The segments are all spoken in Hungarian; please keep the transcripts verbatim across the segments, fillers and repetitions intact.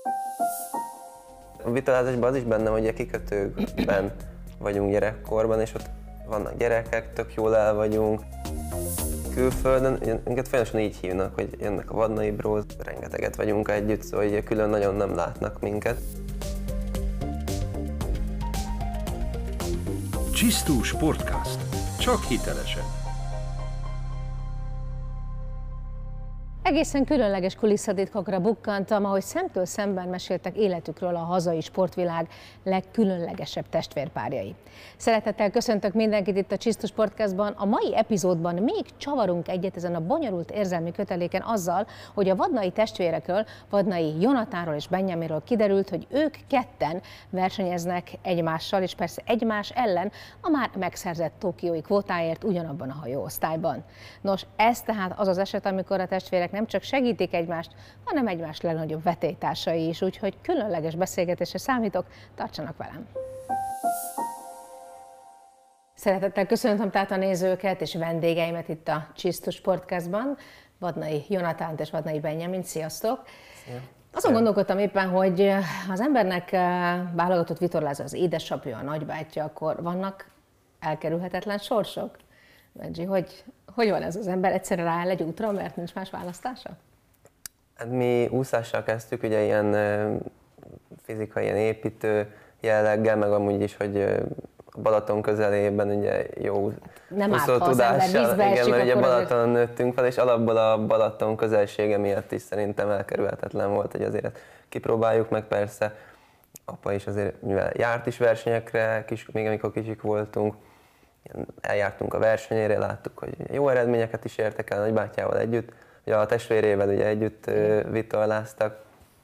A vitorlázásban az is benne, hogy a kikötőkben vagyunk gyerekkorban, és ott vannak gyerekek, tök jól el vagyunk. Külföldön minket folyamatosan így hívnak, hogy jönnek a Vadnai Bros, rengeteget vagyunk együtt, szóval így külön nagyon nem látnak minket. Csisztú Sportcast. Csak hitelesen. Egészen különleges kulisszatitkokra bukkantam, ahogy szemtől szemben meséltek életükről a hazai sportvilág legkülönlegesebb testvérpárjai. Szeretettel köszöntök mindenkit itt a Csisztú Sportcastban. A mai epizódban még csavarunk egyet ezen a bonyolult érzelmi köteléken azzal, hogy a vadnai testvérekről, Vadnai Jonatánról és Benjaminról kiderült, hogy ők ketten versenyeznek egymással, és persze egymás ellen a már megszerzett tokiói kvótáért ugyanabban a hajóosztályban. Nos, ez tehát az az eset, amikor a testvérek nem csak segítik egymást, hanem egymás legnagyobb vetélytársai is, úgyhogy különleges beszélgetésre számítok, tartsanak velem! Szeretettel köszöntöm tehát a nézőket és vendégeimet itt a Csisztú Sportcastban, Vadnai Jonatánt és Vadnai Benjamint, sziasztok! Szia. Azon gondolkodtam éppen, hogy az embernek válogatott vitorlázó az édesapja, a nagybátyja, akkor vannak elkerülhetetlen sorsok? Benji, hogy, hogy van ez az ember? Egyszerre rááll egy útra, mert nincs más választása? Hát mi úszással kezdtük, ugye ilyen fizikai, ilyen építő jelleggel, meg amúgy is, hogy a Balaton közelében ugye jó úszó tudással, igen, mert ugye Balatonon nőttünk fel, és alapból a Balaton közelsége miatt is szerintem elkerülhetetlen volt, hogy azért kipróbáljuk meg. Persze apa is azért, mivel járt is versenyekre, kis, még amikor kicsik voltunk, eljártunk a versenyére, láttuk, hogy jó eredményeket is értek el nagybátyával együtt, ugye a testvérével ugye együtt vitorláztak.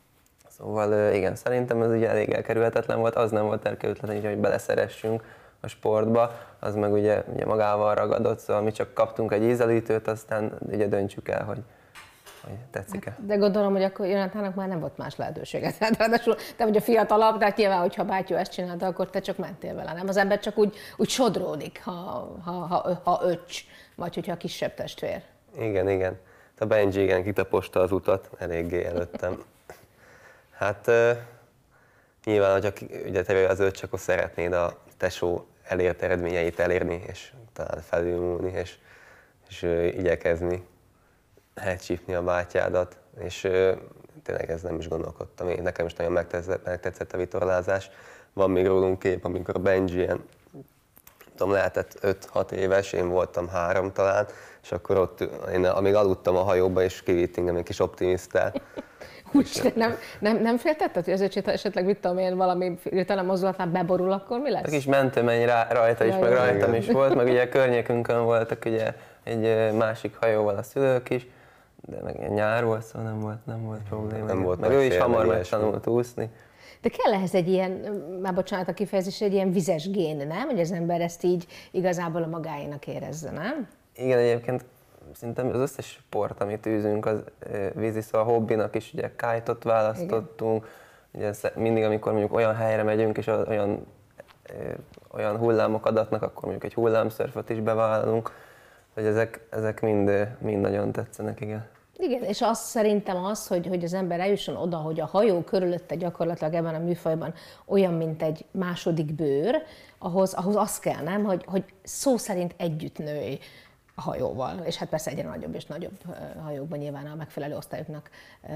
Szóval igen, szerintem ez ugye elég elkerülhetetlen volt, az nem volt elkerülhetetlen, hogy beleszeressünk a sportba, az meg ugye, ugye magával ragadott, szóval mi csak kaptunk egy ízelítőt, aztán ugye döntsük el, hogy, hogy tetszik-e. De gondolom, hogy akkor Jonatánnak már nem volt más lehetősége. Tehát ráadásul te vagy a fiatalabb, tehát nyilván, hogyha bátyja ezt csinálta, akkor te csak mentél vele, nem? Az ember csak úgy, úgy sodródik, ha, ha, ha, ha öcs, vagy hogyha kisebb testvér. Igen, igen. A Benji igen, kitaposta az utat eléggé előttem. Hát uh, nyilván, hogyha ugye te vagy az öcs, akkor szeretnéd a tesó elért eredményeit elérni, és talán felülmúlni, és, és uh, igyekezni elcsípni a bátyádat, és uh, tényleg ez nem is gondolkodtam én, nekem is nagyon megtetszett, megtetszett a vitorlázás. Van még rólunk kép, amikor a Benji ilyen, tudom, lehetett öt-hat éves, én voltam három talán, és akkor ott, én amíg aludtam a hajóba, és kivitt engem egy kis optimisztát. Úgyhogy nem, nem, nem féltetted, hogy az öcsét esetleg mit tudom én, valami hirtelen mozdulatnál beborul, akkor mi lesz? A kis mentőmenny rá, rajta is, ja, meg rajtam is volt, meg ugye a környékünkön voltak ugye egy másik hajóval a szülők is, de meg nyár volt, szóval nem volt, nem volt probléma. Nem volt, meg ő is hamar megtanult úszni. De kell ehhez egy ilyen, már bocsánat a kifejezés, egy ilyen vizes gén, nem? Hogy az ember ezt így igazából a magáénak érezze, nem? Igen, egyébként szerintem az összes sport, amit űzünk, az vízi, szóval a hobbinak is ugye kite-ot választottunk. Ugye mindig, amikor mondjuk olyan helyre megyünk, és olyan, olyan hullámok adatnak, akkor mondjuk egy hullámszörföt is bevállalunk. Hogy ezek, ezek mind, mind nagyon tetszenek, igen. Igen, és azt szerintem az, hogy, hogy az ember eljusson oda, hogy a hajó körülötte gyakorlatilag ebben a műfajban olyan, mint egy második bőr, ahhoz, ahhoz az kell, nem, hogy, hogy szó szerint együtt nőj a hajóval, és hát persze egyre nagyobb és nagyobb hajókban nyilván a megfelelő osztályoknak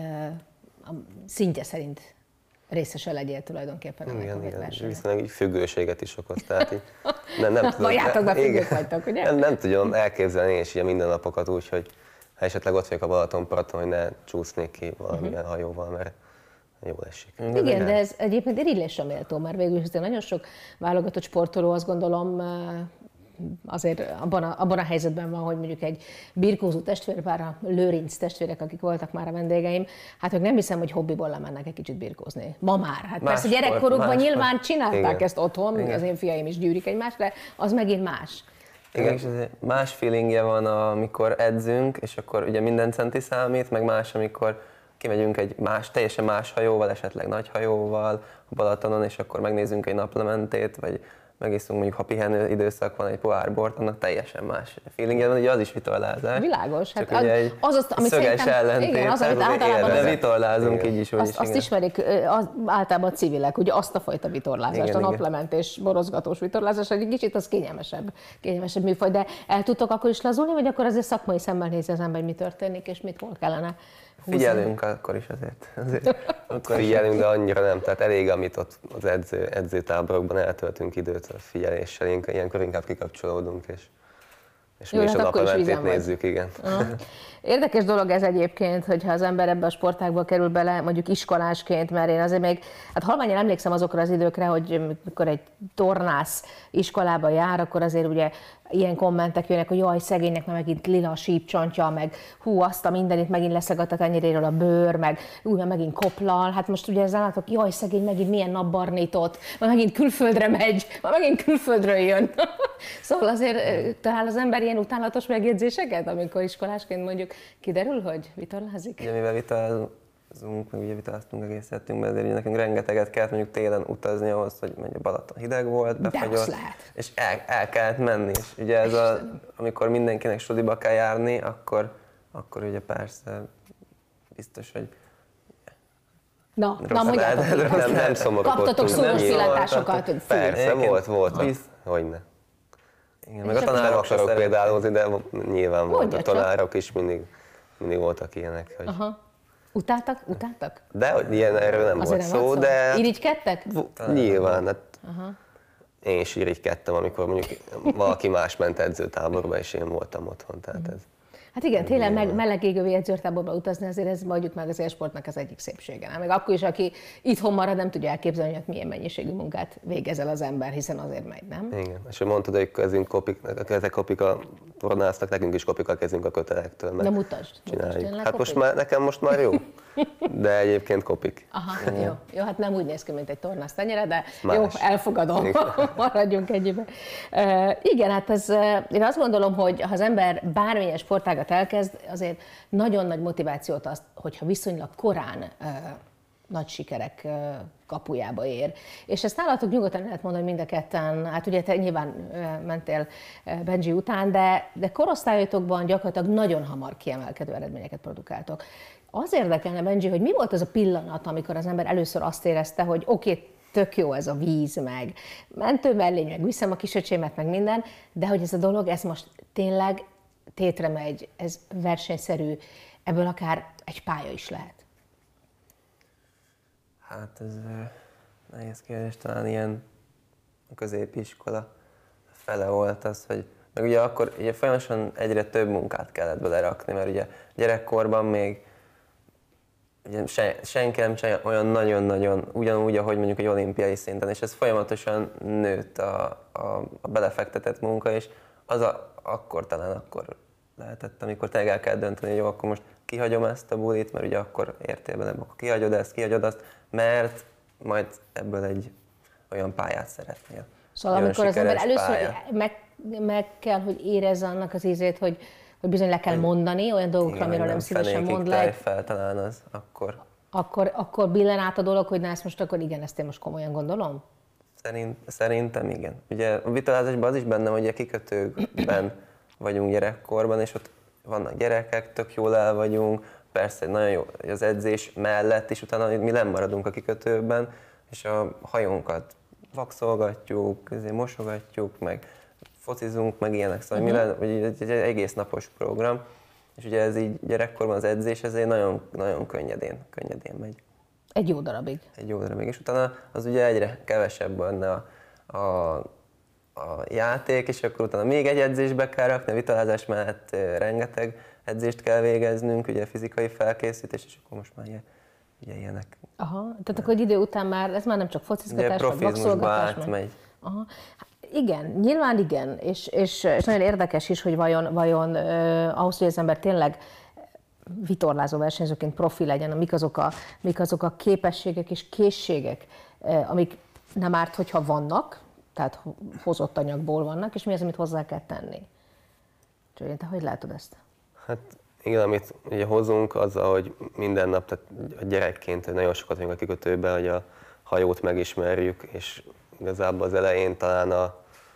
a szintje szerint részese legyél tulajdonképpen. Igen, igen, viszont így függőséget is okoz, tehát így nem, nem tudom, Valljátok be, függők vagytok, ugye? Nem, nem tudom elképzelni és így a mindennapokat úgy, hogy ha esetleg ott vagyok a Balatonparton, hogy ne csúsznék ki valamilyen uh-huh. hajóval, mert jól esik. Igen, igen, de ez egyébként irigylésre méltó, mert végül is nagyon sok válogatott sportoló, azt gondolom, azért abban a, abban a helyzetben van, hogy mondjuk egy birkózó testvérpár, a Lőrinc testvérek, akik voltak már a vendégeim, hát ők nem hiszem, hogy hobbiból lemennek egy kicsit birkózni. Ma már. Hát más persze gyerekkorukban nyilván csinálták igen. ezt otthon, igen. az én fiaim is gyűrik egymást, de az megint más. Igen, és más feelingje van, amikor edzünk, és akkor ugye minden centi számít, meg más, amikor kimegyünk egy más, teljesen más hajóval, esetleg nagy hajóval a Balatonon, és akkor megnézzünk egy naplementét, vagy megiszunk, mondjuk ha pihenő időszak van, egy pohár bort, annak teljesen más feelingje van, ugye az is vitorlázás. Világos. Csak Hát ugye egy az, az, amit szöges ellentét, igen, az, amit általában de vitorlázunk igen. így is, úgy azt, is. Azt ismerik az, általában a civilek, ugye azt a fajta vitorlázást, igen, a naplementés, borozgatós vitorlázás, egy kicsit az kényelmesebb, kényelmesebb műfaj, de el tudtok akkor is lazulni, vagy akkor azért szakmai szemmel nézi az ember, hogy mi történik, és mit hol kellene húzni? Figyelünk akkor is azért. azért akkor figyelünk, de annyira nem. Tehát elég, amit ott az edző, edzőtáborokban eltöltünk időt a figyeléssel, ilyenkor inkább kikapcsolódunk, és, és Jó, mi is hát a napamentét nézzük, igen. Aha. Érdekes dolog ez egyébként, hogyha az ember ebbe a sportágba kerül bele, mondjuk iskolásként, mert én azért még, hát halványan emlékszem azokra az időkre, hogy mikor egy tornász iskolába jár, akkor azért ugye ilyen kommentek jönnek, hogy jaj, szegénynek már megint lila a sípcsontja, meg hú, azt a mindenit megint leszagadt a tenyeréről a bőr, meg újra megint koplal. Hát most ugye ezzel látok, jaj, szegény megint milyen napbarnított, már megint külföldre megy, már megint külföldről jön. Szóval azért talál az ember ilyen utálatos megjegyzéseket, amikor iskolásként mondjuk kiderül, hogy vitorlázik? Ugye mivel vitorlázunk, meg ugye vitorláztunk egész életünkben, ezért ugye nekünk rengeteget kellett mondjuk télen utazni ahhoz, hogy mondjuk Balaton hideg volt, befagyott, és el, el kellett menni. És ugye ez a, amikor mindenkinek suliba kell járni, akkor, akkor ugye persze biztos, hogy Na, na mondjátok, nem, nem szomorúkodtunk. Kaptatok szoros pillantásokat, hogy fú. Persze, volt, volt, hogyne. Igen, meg a tanárok sem akarok példálózni, de nyilván volt. A tanárok is mindig, mindig voltak ilyenek. Hogy... Aha. Utáltak? Utáltak? De hogy ilyen erről nem Azért volt szó, de... Irigykedtek? Nyilván, hát én is irigykedtem, amikor mondjuk valaki más ment edzőtáborba, és én voltam otthon, tehát ez... Hát igen, télen meg meleg égővé edzőtáborba utazni, azért ez mondjuk meg az élsportnak az egyik szépsége. Nem? Meg akkor is, aki itthon marad, nem tudja elképzelni, hogy milyen mennyiségű munkát végezel az ember, hiszen azért megy, nem? Igen, és hogy mondtad, hogy kezünk kopik, a kezek kopik a tornásznak, nekünk is kopik a kezünk a kötelektől. De mutasd, mutasd hát kopik? Most már, nekem most már jó, de egyébként kopik. Aha, jó. jó, hát nem úgy néz ki, mint egy tornász tenyere, de más. Jó, elfogadom, maradjunk egyben. Uh, igen, hát ez, uh, én azt gondolom, hogy ha az ember bármilyen sportágat elkezd, azért nagyon nagy motivációt azt, hogyha viszonylag korán uh, nagy sikerek uh, kapujába ér. És ezt nálatok nyugodtan lehet mondani, hogy mind a ketten, hát ugye te nyilván uh, mentél uh, Benji után, de, de korosztályotokban gyakorlatilag nagyon hamar kiemelkedő eredményeket produkáltok. Az érdekelne, Benji, hogy mi volt az a pillanat, amikor az ember először azt érezte, hogy oké, okay, tök jó ez a víz, meg mentőmellény, meg viszem a kisöcsémet, meg minden, de hogy ez a dolog, ez most tényleg tétre megy, ez versenyszerű, ebből akár egy pálya is lehet. Hát ez nehéz kérdés, talán ilyen a középiskola fele volt az, hogy meg ugye akkor ugye folyamatosan egyre több munkát kellett belerakni, mert ugye gyerekkorban még ugye se, senki nem csinálja olyan nagyon-nagyon ugyanúgy, ahogy mondjuk egy olimpiai szinten, és ez folyamatosan nőtt a, a, a belefektetett munka, és az a, akkor talán akkor lehetett, amikor tényleg el kell dönteni, hogy jó, akkor most kihagyom ezt a bulit, mert ugye akkor értél bele, akkor kihagyod ezt, kihagyod azt, mert majd ebből egy olyan pályát szeretnél. Szóval amikor az ember először meg, meg kell, hogy érezze annak az ízét, hogy, hogy bizony le kell mondani olyan dolgokra, igen, amiről nem szívesen mond le. Fel talán az, akkor... Akkor, akkor billen át a dolog, hogy na ezt most akkor igen, ezt én most komolyan gondolom? Szerint, szerintem igen. Ugye a vitorlázásban az is benne, hogy a kikötőkben vagyunk gyerekkorban, és ott vannak gyerekek, tök jól el vagyunk, persze nagyon jó az edzés mellett is, utána mi nem maradunk a kikötőben, és a hajónkat vakszolgatjuk, mosogatjuk, meg focizunk, meg ilyenek, szóval uh-huh. mi le, egy, egy egész napos program, és ugye ez így gyerekkorban az edzés, ezért nagyon, nagyon könnyedén, könnyedén megy. Egy jó darabig. Egy jó darabig, és utána az ugye egyre kevesebb benne a, a, a játék, és akkor utána még egy edzésbe kell rakni, a vitorlázás mellett rengeteg edzést kell végeznünk, ugye fizikai felkészítés, és akkor most már ilyen, ugye ilyenek. Aha, tehát akkor egy idő után már, ez már nem csak focizgatás, vagy vakszolgatás. Átmegy. Aha. Igen, nyilván igen, és, és, és nagyon érdekes is, hogy vajon, vajon eh, ahhoz, hogy az ember tényleg vitorlázó versenyzőként profi legyen, mik azok a, mik azok a képességek és készségek, eh, amik nem árt, hogyha vannak, tehát hozott anyagból vannak, és mi az, amit hozzá kell tenni. Csőrén, te hogy látod ezt? Hát igen, amit ugye hozunk, az, hogy minden nap, tehát a gyerekként nagyon sokat vagyunk a kikötőben, hogy a hajót megismerjük, és igazából az elején talán a,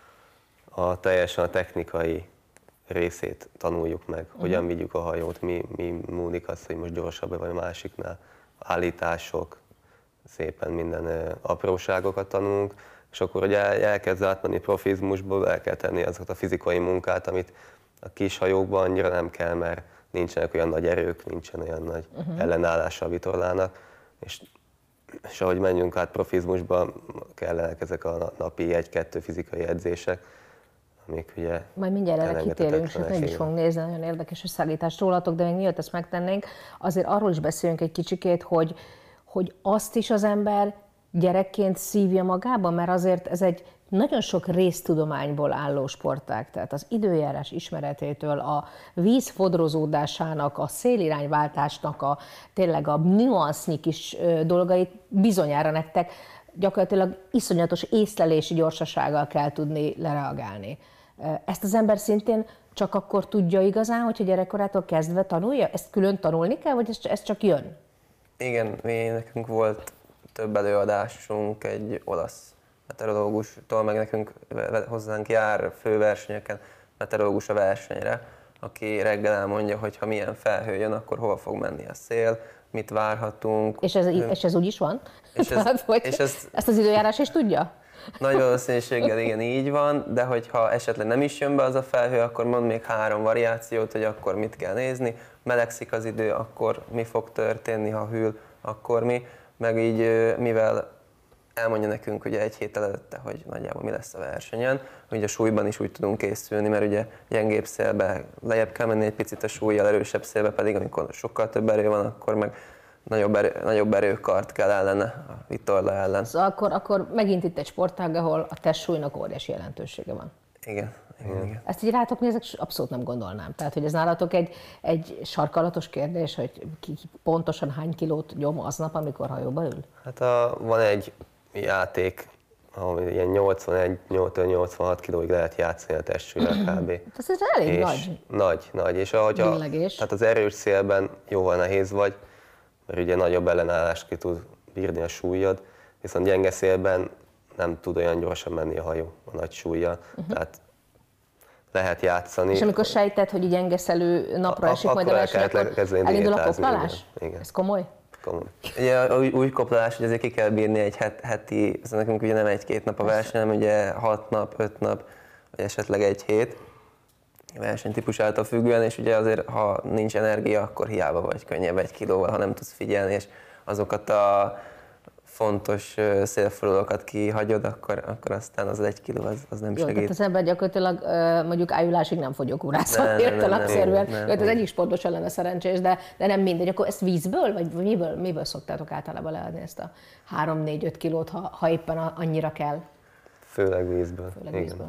a teljesen a technikai részét tanuljuk meg, uh-huh. hogyan vigyük a hajót, mi, mi múlik az, hogy most gyorsabb vagy a másiknál, állítások, szépen minden apróságokat tanulunk, és akkor, hogy el, elkezd átmenni profizmusból, el kell tenni azokat a fizikai munkát, amit a kis hajókban annyira nem kell, mert nincsenek olyan nagy erők, nincsen olyan nagy uh-huh. ellenállása a vitorlának, és, és ahogy menjünk át profizmusba, kellenek ezek a napi egy-kettő fizikai edzések, amik ugye... Majd mindjárt erre kitérünk, és meg is fogunk nézni, nagyon érdekes összeállítást rólatok, de még mielőtt ezt megtennénk, azért arról is beszélünk egy kicsikét, hogy, hogy azt is az ember gyerekként szívja magában, mert azért ez egy nagyon sok résztudományból álló sportág, tehát az időjárás ismeretétől, a víz fodrozódásának, a szélirányváltásnak, a, tényleg a nüansznyi kis dolgait bizonyára nektek gyakorlatilag iszonyatos észlelési gyorsasággal kell tudni lereagálni. Ezt az ember szintén csak akkor tudja igazán, hogyha gyerekkorától kezdve tanulja? Ezt külön tanulni kell, vagy ez csak jön? Igen, mi nekünk volt több előadásunk egy olasz meteorológustól, meg nekünk hozzánk jár főversenyeken meteorológus a versenyre, aki reggel elmondja, hogy ha milyen felhő jön, akkor hova fog menni a szél, mit várhatunk. És ez, és ez úgy is van? És ez, Tehát, hogy és ez, ezt az időjárás is tudja? Nagy valószínűséggel igen, így van, de hogyha esetleg nem is jön be az a felhő, akkor mond még három variációt, hogy akkor mit kell nézni. Melegszik az idő, akkor mi fog történni, ha hűl, akkor mi. Meg így, mivel elmondja nekünk ugye egy héttel előtte, hogy nagyjából mi lesz a versenyen, hogy a súlyban is úgy tudunk készülni, mert ugye gyengébb szélbe lejjebb kell menni egy picit a súlyjal, erősebb szélbe pedig, amikor sokkal több erő van, akkor meg nagyobb, erő, nagyobb erőkart kell ellene, a vitorla ellen. Szóval akkor, akkor megint itt egy sportág, ahol a testsúlynak óriási jelentősége van. Igen, igen, igen. Ezt így rátok nézek, abszolút nem gondolnám. Tehát, hogy ez nálatok egy, egy sarkalatos kérdés, hogy ki pontosan hány kilót nyom aznap, amikor hajóba ül? Hát a, van egy játék, ahol ilyen nyolcvanegy-nyolcvanhat kilóig lehet játszani a testsúlyra kb. Ez elég és nagy. Nagy, nagy. És ahogy a, tehát az erős szélben jóval nehéz vagy, mert ugye nagyobb ellenállást ki tud bírni a súlyod, viszont gyenge szélben nem tud olyan gyorsan menni a hajó a nagy súlyjal. Uh-huh. Tehát lehet játszani. És amikor sejted, hogy gyengeszelő napra a, esik majd a verseny, akkor elindul a koplalás? Igen. Igen. Ez komoly? Komoly. Ugye új, új koplalás, hogy azért ki kell bírni egy het, heti, ez nekünk ugye nem egy-két nap a verseny, hanem ugye hat nap, öt nap, vagy esetleg egy hét versenytípusától függően, és ugye azért, ha nincs energia, akkor hiába vagy könnyebb egy kilóval, ha nem tudsz figyelni, és azokat a fontos szélfordulókat kihagyod, akkor, akkor aztán az egy kiló az, az nem Jó, segít. Tehát az ember gyakorlatilag mondjuk ájulásig nem fogyókúrászol értelemszerűen. Ez egyik sportos lenne szerencsés, de, de nem mindegy. Akkor ezt vízből, vagy miből, miből szoktátok általában leadni ezt a három-négy-öt kilót, ha, ha éppen annyira kell? Főleg vízből. Főleg igen. vízből.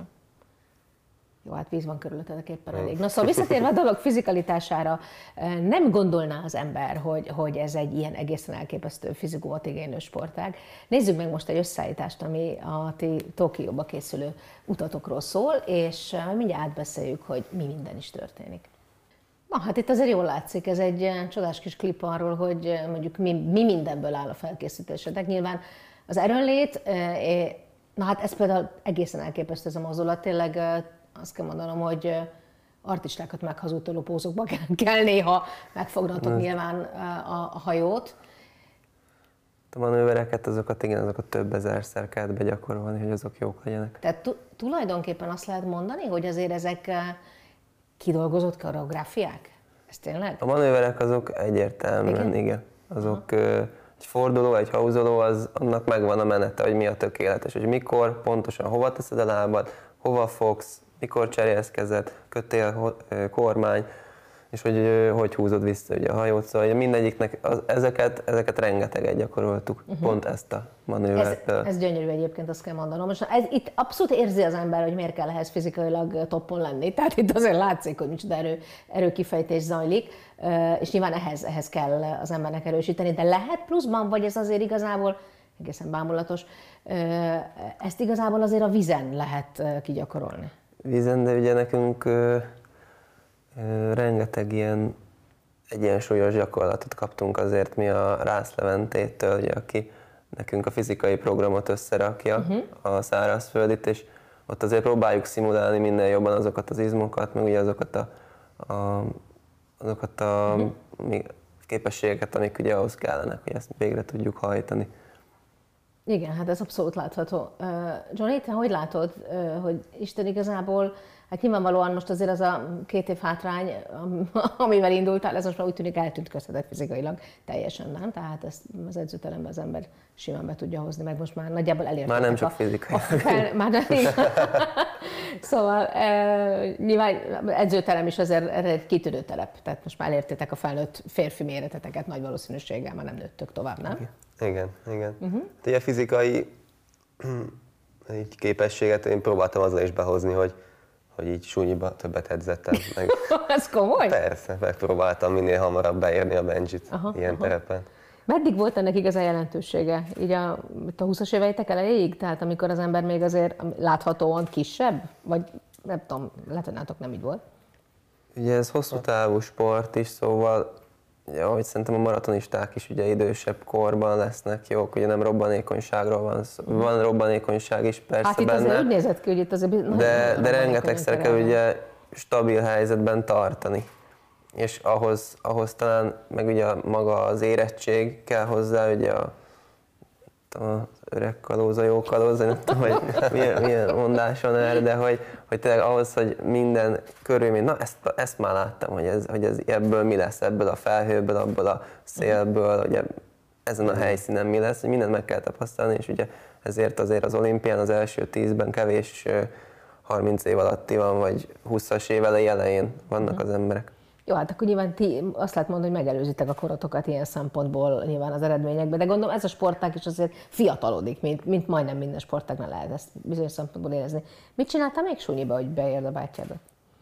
Jó, hát víz van körülöttetek éppen elég. Na szóval visszatérve a dolog fizikalitására, nem gondolná az ember, hogy, hogy ez egy ilyen egészen elképesztő fizikumot igénylő sportág. Nézzük meg most egy összeállítást, ami a ti Tokióba készülő utatokról szól, és mindjárt átbeszéljük, hogy mi minden is történik. Na, hát itt azért jól látszik, ez egy csodás kis klip arról, hogy mondjuk mi, mi mindenből áll a felkészítésetek. Nyilván az erőnlét, na hát ez például egészen elképesztő ez a mozdulat, tényleg azt kell mondanom, hogy artistákat meghazudtoló pózokba kell, kell néha megfognatok mm. nyilván a, a hajót. A manővereket, azokat igen, azokat több ezerszer kell begyakorolni, hogy azok jók legyenek. Tehát tu, tulajdonképpen azt lehet mondani, hogy azért ezek kidolgozott koreográfiák? Ez tényleg? A manőverek azok egyértelműen, igen. igen. Azok uh, egy forduló, egy hauzoló, az, annak megvan a menete, hogy mi a tökéletes, hogy mikor, pontosan hova teszed a lábad, hova fogsz, mikor cserélsz kezet, kötél, kormány, és hogy hogy húzod vissza ugye a hajót, szóval mindegyiknek az, ezeket, ezeket rengeteget gyakoroltuk, uh-huh. pont ezt a manővert. Ez, ez gyönyörű egyébként, azt kell mondanom. Most ez, itt abszolút érzi az ember, hogy miért kell ehhez fizikailag toppon lenni, tehát itt azért látszik, hogy micsoda erő, erőkifejtés zajlik, és nyilván ehhez, ehhez kell az embernek erősíteni, de lehet pluszban, vagy ez azért igazából egészen bámulatos, ezt igazából azért a vízen lehet kigyakorolni. Vízen, de ugye nekünk ö, ö, rengeteg ilyen egyensúlyos gyakorlatot kaptunk azért mi a Rász Leventétől, ugye, aki nekünk a fizikai programot összerakja, uh-huh. a szárazföldit, és ott azért próbáljuk szimulálni minél jobban azokat az izmokat, meg ugye azokat a, a, azokat a uh-huh. képességeket, amik ugye ahhoz kellenek, hogy ezt végre tudjuk hajtani. Igen, hát ez abszolút látható. Uh, Johnny, te hogy látod, uh, hogy Isten igazából, hát nyilvánvalóan most azért az a két év hátrány, amivel indultál, ez most már úgy tűnik eltüntközhetett fizikailag teljesen, nem? Tehát ezt az edzőteremben az ember simán be tudja hozni, meg most már nagyjából elérték. Már nem csak fizikailag. Fel, már nem, szóval uh, nyilván edzőterem is azért erre egy kitűnő telep, tehát most már elértétek a felnőtt férfi méreteteket, nagy valószínűséggel már nem nőttök tovább, nem? Igen, igen. igen. Uh-huh. Ugye a fizikai így képességet én próbáltam azzal is behozni, hogy hogy így súnyiba többet edzettem. Meg ez komoly? Persze, megpróbáltam minél hamarabb beérni a benchit aha, ilyen aha. terepen. Meddig volt ennek igazán jelentősége? Így a, a húszas éveitek elejéig? Tehát amikor az ember még azért láthatóan kisebb? Vagy nem tudom, lehet, hogy nálatok nem így volt? Ugye ez hosszú távú sport is, szóval ugye, ahogy szerintem a maratonisták is ugye idősebb korban lesznek jók, ugye nem robbanékonyságról van szó. Van robbanékonyság is persze hát itt benne. azért úgy nézett ki, hogy itt azért nagyon de, de rengetegszer kell ugye stabil helyzetben tartani. És ahhoz, ahhoz talán meg ugye maga az érettség kell hozzá, ugye a, az öreg kalóz, a jó kalóz, nem tudom, hogy milyen, milyen mondás van erre, de hogy, hogy tényleg ahhoz, hogy minden körülmény, na ezt, ezt már láttam, hogy, ez, hogy ez, ebből mi lesz, ebből a felhőből, abból a szélből, ugye ezen a helyszínen mi lesz, hogy mindent meg kell tapasztalni, és ugye ezért azért az olimpián az első tízben kevés harminc év alatti van, vagy húszas év elején vannak az emberek. Jó, hát akkor nyilván ti azt lehet mondani, hogy megelőzitek a korotokat ilyen szempontból nyilván az eredményekben, de gondolom ez a sportág is azért fiatalodik, mint, mint majdnem minden sportágnál lehet ezt bizonyos szempontból érezni. Mit csináltál még súnyiba, hogy beérd a bátyádat?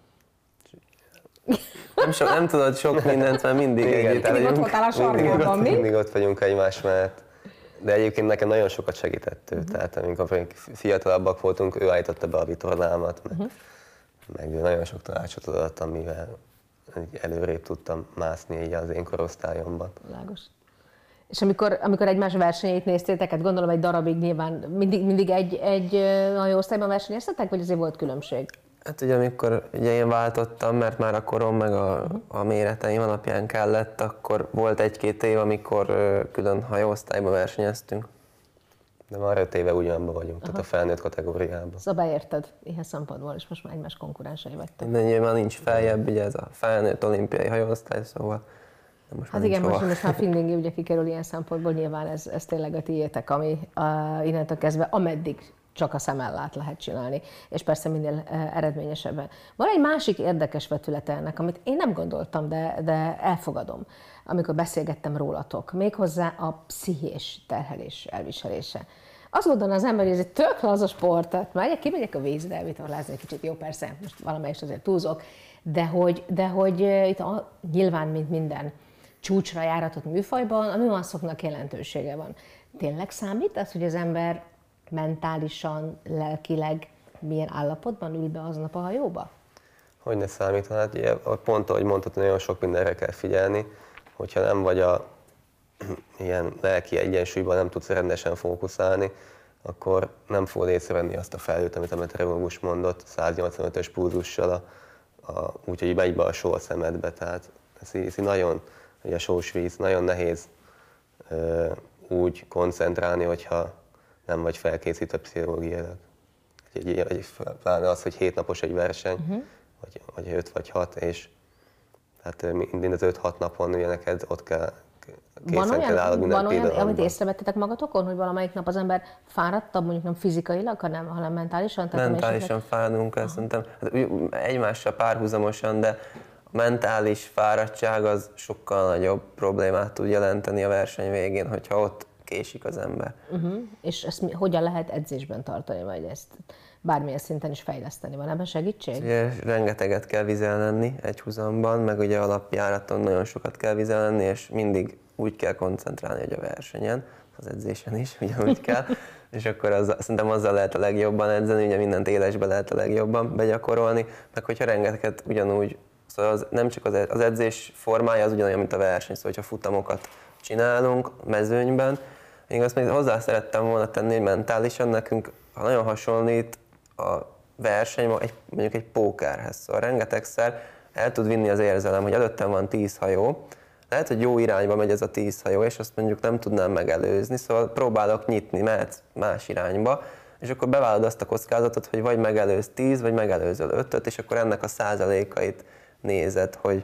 Nem, so, nem tudod sok mindent, mert mindig együtt Mindig ott voltál a sarkában, mi? Mindig ott vagyunk egymás mellett. De egyébként nekem nagyon sokat segített ő, uh-huh. tehát amikor fiatalabbak voltunk, ő állította be a vitorlámat, meg, uh-huh. meg nagyon sok tanácsot adott, amivel előrébb tudtam mászni így az én korosztályomban. Világos. És amikor, amikor egymás versenyét néztétek, hát gondolom egy darabig nyilván mindig, mindig egy, egy nagy osztályban versenyeztetek, vagy azért volt különbség? Hát ugye amikor ugye én váltottam, mert már a korom meg a, uh-huh. a méreteim alapján kellett, akkor volt egy-két év, amikor külön hajóosztályban versenyeztünk. De már öt éve ugyanabban vagyunk, aha. tehát a felnőtt kategóriában. Szóval beérted ilyen szempontból, és most már egymás konkurensei vagytok. De nyilván nincs feljebb, ugye ez a felnőtt olimpiai hajóosztály, szóval most hát igen, most, most már Findingi ugye kikerül ilyen szempontból, nyilván ez, ez tényleg a tiétek, ami uh, innentől kezdve, ameddig csak a szemmel lát lehet csinálni, és persze minél uh, eredményesebben. Van egy másik érdekes vetülete ennek, amit én nem gondoltam, de, de elfogadom, amikor beszélgettem rólatok, méghozzá a pszichés terhelés elviselése. Azt gondolna az ember, hogy ez egy tök laza sport, tehát megyek, kimegyek a vízre, elvitorlázni egy kicsit, jó persze, most valamelyest azért túlzok, de hogy, de hogy uh, itt a, nyilván, mint minden csúcsra járatott műfajban, a nüanszoknak jelentősége van. Tényleg számít az, hogy az ember mentálisan, lelkileg milyen állapotban ül be aznap a hajóba? Hogy ne számít, hát ugye, pont ahogy mondtad, nagyon sok mindenre kell figyelni, hogyha nem vagy a ilyen lelki egyensúlyban, nem tudsz rendesen fókuszálni, akkor nem fogod észrevenni azt a felhőt, amit a meteorológus mondott, száznyolcvanötös pulzussal, a, a, úgyhogy megy be a só a szemedbe, tehát ez, ez nagyon, ugye a sós víz, nagyon nehéz ö, úgy koncentrálni, hogyha nem vagy felkészítve pszichológiailag. Egy, egy, egy, pláne az, hogy hét napos egy verseny, uh-huh. vagy, vagy öt vagy hat, és hát minden az öt-hat napon ugye neked ott kell készen van kell állod minden Van olyan, pillanatban. amit észrevettetek magatokon, hogy valamelyik nap az ember fáradtabb, mondjuk nem fizikailag, hanem, hanem mentálisan? Tehát mentálisan fáradunk el, szerintem. Hát, egymással párhuzamosan, de a mentális fáradtság az sokkal nagyobb problémát tud jelenteni a verseny végén, hogyha ott késik az ember. Uh-huh. És ezt mi, hogyan lehet edzésben tartani, vagy ezt bármilyen szinten is fejleszteni? Van ebben segítség? Ugye, rengeteget kell vizen lenni egy húzamban, meg ugye alapjáraton nagyon sokat kell vizen lenni, és mindig úgy kell koncentrálni, hogy a versenyen, az edzésen is ugyanúgy kell, és akkor az, szerintem azzal lehet a legjobban edzeni, ugye mindent élesbe lehet a legjobban begyakorolni, meg hogyha rengeteget ugyanúgy, szóval az, nem csak az, az edzés formája az ugyanolyan, mint a verseny, szóval hogyha futamokat csinálunk mezőnyben, Még azt még hozzá szerettem volna tenni, hogy mentálisan nekünk, ha nagyon hasonlít a verseny, egy, mondjuk egy pókerhez. Szóval rengetegszer el tud vinni az érzelem, hogy előttem van tíz hajó, lehet, hogy jó irányba megy ez a tíz hajó, és azt mondjuk nem tudnám megelőzni, szóval próbálok nyitni, mehetsz más irányba, és akkor bevállalod azt a kockázatot, hogy vagy megelőz tíz, vagy megelőzöl ötöt, és akkor ennek a százalékait nézed, hogy,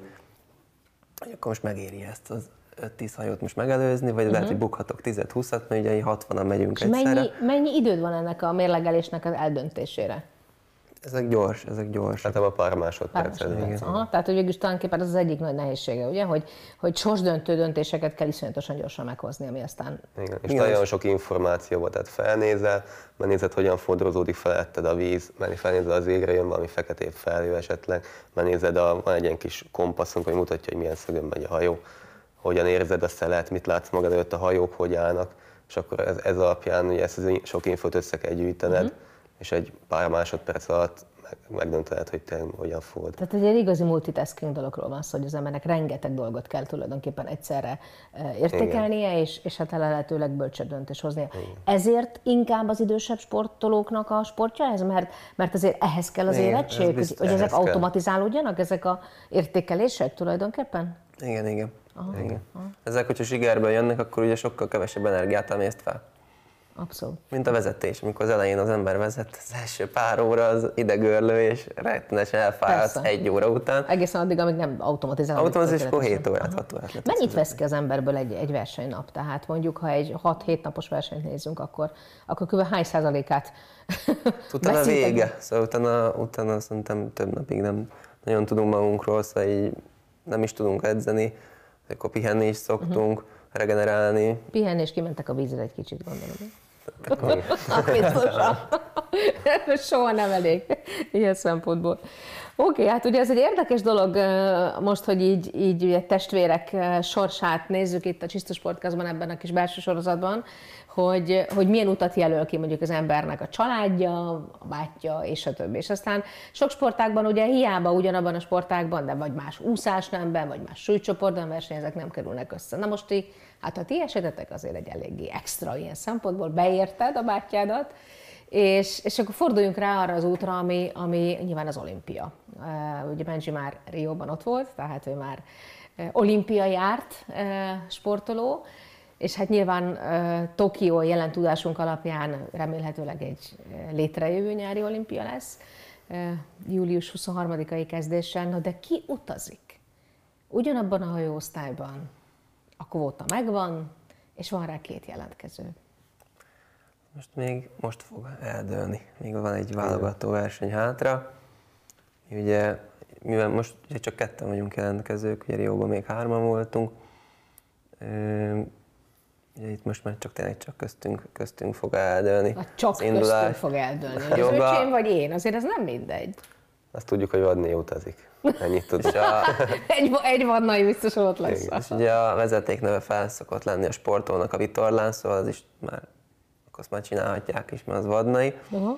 hogy akkor most megéri ezt az öt-tíz hajót most megelőzni, vagy uh-huh. lehet, hogy bukhatok tízet-húszat, mert ugye hatvanan megyünk és egyszerre. Mennyi, mennyi időd van ennek a mérlegelésnek az eldöntésére? Ezek gyors, ezek gyors. Hát a pár másodperc. Pár másodperc. Aha, tehát, hogy végülis tulajdonképpen ez az egyik nagy nehézsége, ugye, hogy, hogy sorsdöntő döntéseket kell iszonyatosan gyorsan meghozni, ami aztán... Igen, és Igen. nagyon sok információ volt, tehát felnézel, megnézed, hogyan fordrózódik feletted a víz, mert felnézel az égre, jön valami feketebb felhő esetleg, megnézed, a, van egy ilyen kis kompasszunk, hogy mutatja, hogy milyen szögön megy a hajó, hogyan érzed a szelet, mit látsz magad előtt, a hajók hogy állnak, és akkor ez, ez alapján ugye ezt az sok infót össze kell gyűjtened, uh-huh. és egy pár másodperc alatt megdönted, hogy te hogyan fogod. Tehát egy ilyen multitasking dologról van szó, hogy az embernek rengeteg dolgot kell tulajdonképpen egyszerre értékelnie, és, és hát lehetőleg bölcsebb döntés hoznia. Igen. Ezért inkább az idősebb sportolóknak a sportja ez? Mert, mert azért ehhez kell az igen, érettség, ez hogy, hogy ezek kell. Automatizálódjanak, ezek a értékelések tulajdonképpen? Igen, igen. Aha, igen. Aha. Ezek, hogyha sikerben jönnek, akkor ugye sokkal kevesebb energiát emészt fel. Abszolút. Mint a vezetés, amikor az elején az ember vezet, az első pár óra az idegörlő, és rettenesen elfáradsz egy óra után. Egészen addig, amíg nem automatizálódik. Automatizálódik, és akkor hét órát, hat órát lehet. Mennyit vesz ki az emberből egy, egy versenynap? Tehát mondjuk, ha egy hat-hét napos versenyt nézzünk, akkor, akkor kb. Hány százalékát utána a vége, szóval utána, utána szerintem több napig nem nagyon tudunk magunkról, szóval így nem is tudunk edzeni, akkor pihenni is szoktunk. Uh-huh. Regenerálni. Pihenni, és kimentek a vízre egy kicsit, gondolom. Biztosan. Soha nem elég ilyen szempontból. Oké, hát ugye ez egy érdekes dolog most, hogy így, így ugye testvérek sorsát nézzük itt a Csisztus Sportkastban, ebben a kis belső sorozatban, hogy, hogy milyen utat jelöl ki mondjuk az embernek a családja, a bátyja és a többi. És aztán sok sportágban ugye hiába ugyanabban a sportágban, de vagy más úszásnemben, vagy más súlycsoportban versenyezek, nem kerülnek össze. Na most így, hát a ti esetetek azért egy eléggé extra ilyen szempontból, beérted a bátyádat, és, és akkor forduljunk rá arra az útra, ami, ami nyilván az olimpia. Uh, ugye Benji már Rióban ott volt, tehát ő már uh, olimpia járt uh, sportoló, és hát nyilván uh, Tokió jelen tudásunk alapján remélhetőleg egy uh, létrejövő nyári olimpia lesz, uh, július huszonharmadikai kezdéssel. Na de ki utazik? Ugyanabban a hajóosztályban a kvóta megvan, és van rá két jelentkező. Most még most fog eldőlni. Még van egy válogató verseny hátra. Ugye, mivel most ugye csak ketten vagyunk jelentkezők, ugye Rióban még hárman voltunk. Ugye itt most már csak tényleg csak köztünk, köztünk fog eldőlni. A csak köztünk fog eldőlni. Az öcsém vagy én, azért ez nem mindegy. Azt tudjuk, hogy Vadné utazik. Ennyit tudjuk. A... egy, egy Vadnai biztos ott lesz. És ugye a vezeték neve fel szokott lenni a sportolónak a vitorlán, szóval az is már, akkor azt már csinálhatják is, mert az Vadnai. Uh-huh.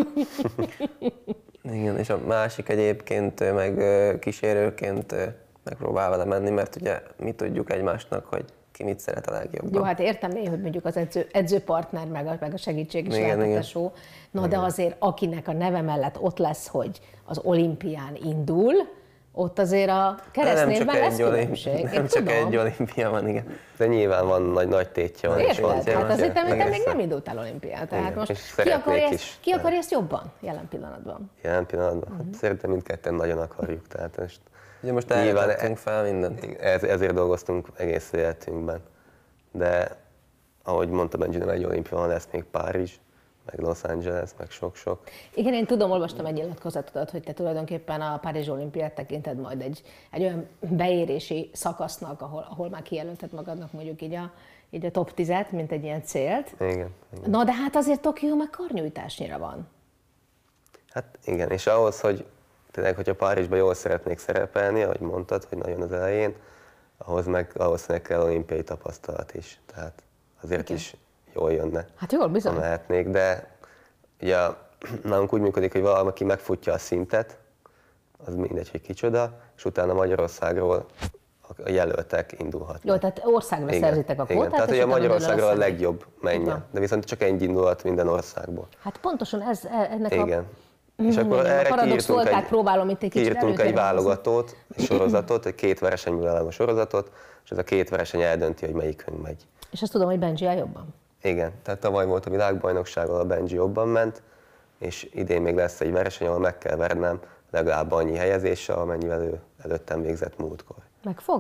Igen, és a másik egyébként meg kísérőként megpróbál vele menni, mert ugye mi tudjuk egymásnak, hogy ki mit szeret a legjobban. Jó, hát értem én, hogy mondjuk az edző, edzőpartner, meg a, meg a segítség is lehet a tesó. Na de azért, akinek a neve mellett ott lesz, hogy az olimpián indul, ott azért a keresztnévben lesz különbség. Nem csak tudom. Egy olimpia van, igen. De nyilván van nagy, nagy tétje van. Érted? Hát azért te, te még nem indultál olimpián. Tehát igen. Most ki akarja, ezt, ki akarja ezt jobban jelen pillanatban? Jelen pillanatban? Uh-huh. Hát szerintem mindketten nagyon akarjuk. Tehát most ugye most elvetettünk fel mindent. Ez, ezért dolgoztunk egész életünkben. De ahogy mondta Benji, nem egy olimpia van, lesz még Párizs, meg Los Angeles, meg sok-sok. Igen, én tudom, olvastam egy nyilatkozatodat, hogy te tulajdonképpen a Párizsi olimpiát tekinted majd egy, egy olyan beérési szakasznak, ahol, ahol már kijelölted magadnak mondjuk így a, így a top tízet, mint egy ilyen célt. Igen, igen. Na de hát azért Tokió meg karnyújtásnyira van. Hát igen, és ahhoz, hogy tényleg, hogyha Párizsban jól szeretnék szerepelni, ahogy mondtad, hogy nagyon az elején, ahhoz meg, ahhoz meg kell olimpiai tapasztalat is. Tehát azért igen. is jól jönne. Hát jól, bizony. Ha mehetnék, de ugye nálunk úgy működik, hogy valaki megfutja a szintet, az mindegy, hogy kicsoda, és utána Magyarországról a jelöltek indulhatnak. Jó, tehát országra igen, szerzitek a kvótát. Igen. Tehát, hogy a Magyarországra a legjobb menjen, de viszont csak egy indulat minden országból. Hát pontosan ez ennek igen. a... És akkor igen, erre kiírtunk egy, próbálom itt egy kiírtunk egy válogatót, egy sorozatot, egy két versenyből álló sorozatot, és ez a két verseny eldönti, hogy melyikünk megy. És azt tudom, hogy Benji áll jobban. Igen, tehát tavaly volt a világbajnokságon, a Benji jobban ment, és idén még lesz egy verseny, ahol meg kell vernem legalább annyi helyezéssel, amennyivel ő előttem végzett múltkor. Megfog?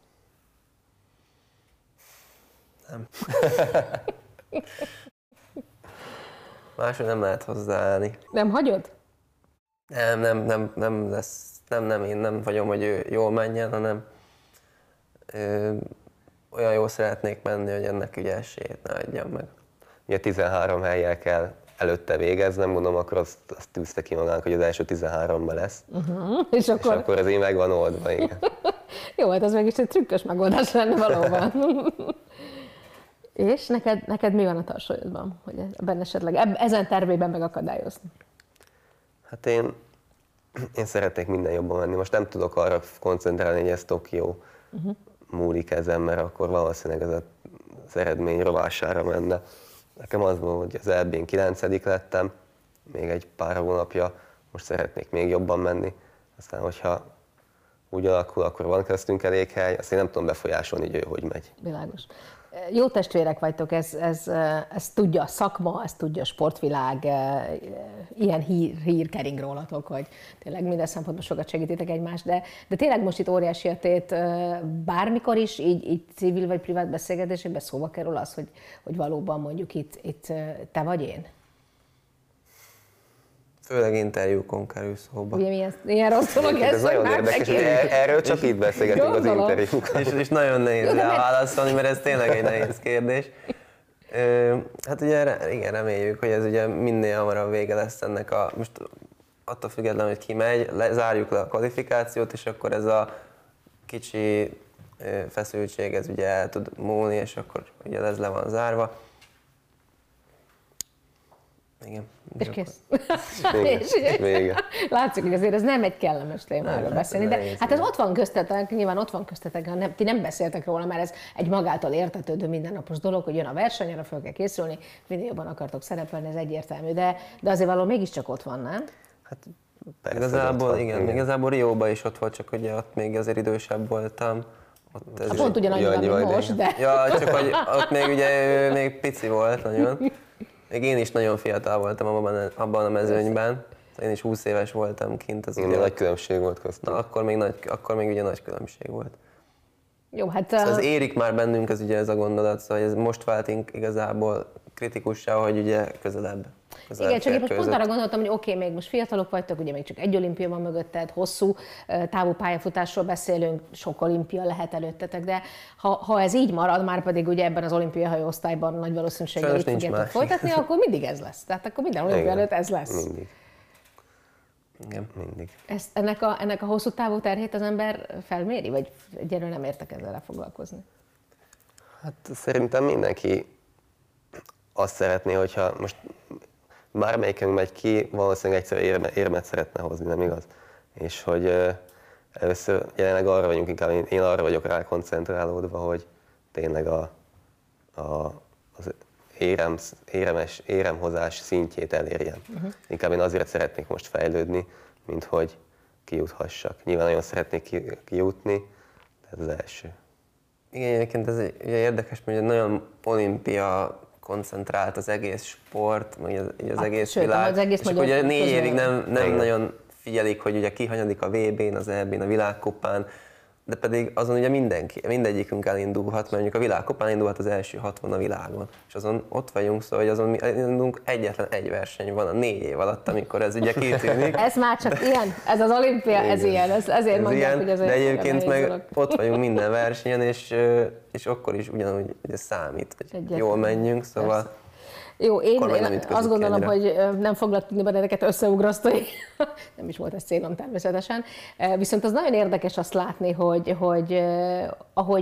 Nem. Máshogy nem lehet hozzáállni. Nem hagyod? Nem, nem, nem, nem lesz, nem, nem, én nem vagyom, hogy ő jól menjen, hanem ö, olyan jól szeretnék menni, hogy ennek ugye esélyét ne adjam meg. Ugye tizenhárom hellyel kell előtte végeznem, mondom, akkor azt, azt tűzte ki magának, hogy az első tizenháromban lesz. Uh-huh. És, akkor... és akkor ez így meg van oldva, igen. Jó, hát ez mégis egy trükkös megoldás lenne valóban. És neked, neked mi van a tarsolyodban, hogy ebben esetleg eb, ezen tervében megakadályozni? Hát én, én szeretnék minden jobban menni. Most nem tudok arra koncentrálni, hogy ez Tokió uh-huh. múlik ezen, mert akkor valószínűleg ez az eredmény rovására menne. Nekem az volt, hogy az é bén kilencedik lettem, még egy pár hónapja, most szeretnék még jobban menni. Aztán, hogyha úgy alakul, akkor van köztünk elég hely, azt én nem tudom befolyásolni, hogy ő hogy megy. Világos. Jó testvérek vagytok, ez, ez, ez tudja a szakma, ez tudja a sportvilág, ilyen hír, hír kering rólatok, hogy tényleg minden szempontból sokat segítitek egymást, de, de tényleg most itt óriási a tét, bármikor is így, így civil vagy privát beszélgetésekben szóba kerül az, hogy, hogy valóban mondjuk itt, itt te vagy én? Főleg interjúkon kerül szóba. Ugye milyen, milyen rossz dolog ez? Ez nagyon érdekes, hogy erről csak itt beszélgetünk az interjúkon. És, és nagyon nehéz rá válaszolni, mert ez tényleg egy nehéz kérdés. Hát ugye igen, reméljük, hogy ez ugye minél hamarabb vége lesz ennek a, most attól függetlenül, hogy ki megy, zárjuk le a kvalifikációt, és akkor ez a kicsi feszültség, ez ugye el tud múlni, és akkor ugye ez le van zárva. Igen. És kész. Vége. Vége. Látszik, hogy azért ez nem egy kellemes témáról beszélni, de nehéz, hát ez ott van köztetek, nyilván ott van köztetek, nem, ti nem beszéltek róla, mert ez egy magától értetődő mindennapos dolog, hogy jön a verseny, arra fel kell készülni, minél jobban akartok szerepelni, ez egyértelmű, de, de azért valahol mégiscsak ott van, nem? Hát persze, igazából, igen, igen. Igazából Rióban is ott volt, csak ugye ott még azért idősebb voltam. Ott ez pont ugyanannyiban, mint most, de... Ja, csak hogy ott még ugye ő még pici volt nagyon. Még én is nagyon fiatal voltam abban, abban a mezőnyben. Én is húsz éves voltam kint. Az igen, nagy különbség volt köztünk. Na, akkor még, nagy, akkor még ugye nagy különbség volt. Jó, hát... Szóval az érik már bennünk, ez ugye ez a gondolat, szóval ez most vált igazából kritikussá, hogy ugye közelebb. közelebb Igen, csak én most pont arra gondoltam, hogy oké, okay, még most fiatalok vagytok, ugye még csak egy olimpia van mögötted, hosszú távú pályafutásról beszélünk, sok olimpia lehet előttetek, de ha, ha ez így marad, már pedig ugye ebben az olimpiai hajóosztályban nagy valószínűséggel itt fogjátok folytatni, akkor mindig ez lesz. Tehát akkor minden olimpia előtt ez lesz. Mindig. Igen. Mindig. Ezt, ennek, a, ennek a hosszú távú terhét az ember felméri, vagy egyelőre nem értek ezzel foglalkozni? Hát szerintem mindenki azt szeretné, hogyha most bármelyikünk megy ki, valószínűleg egyszer érme, érmet szeretne hozni, nem igaz? És hogy uh, először jelenleg arra vagyunk, inkább én, én arra vagyok rá koncentrálódva, hogy tényleg a, a, az érem, éremes, éremhozás szintjét elérjem. Uh-huh. Inkább én azért szeretnék most fejlődni, mint hogy kijuthassak. Nyilván nagyon szeretnék ki, kijutni, de ez az első. Igen, egyébként ez ugye érdekes, mert nagyon olimpia koncentrált az egész sport, vagy az, az hát, egész sőt, világ, az egész és akkor ugye négy évig nem, nem nagyon figyelik, hogy ugye ki hanyadik a vé bén, az é bén, a világkupán, de pedig azon ugye mindenki, mindegyikünk elindulhat, mert mondjuk a világkupán indulhat az első hatvan a világon, és azon ott vagyunk, szóval hogy azon mi indulunk, egyetlen egy verseny van a négy év alatt, amikor ez ugye kitűnik. Ez már csak ilyen, ez az olimpia, ez ilyen, ez, ezért ez mondják, ilyen, hogy ez de egyébként meg dolog. Ott vagyunk minden versenyen, és, és akkor is ugyanúgy ugye számít, hogy egyetlen. Jól menjünk, szóval... Persze. Jó, én, én azt gondolom, hogy nem foglak tudni benneteket összeugrasztani, nem is volt ez célom természetesen, viszont az nagyon érdekes azt látni, hogy, hogy ahogy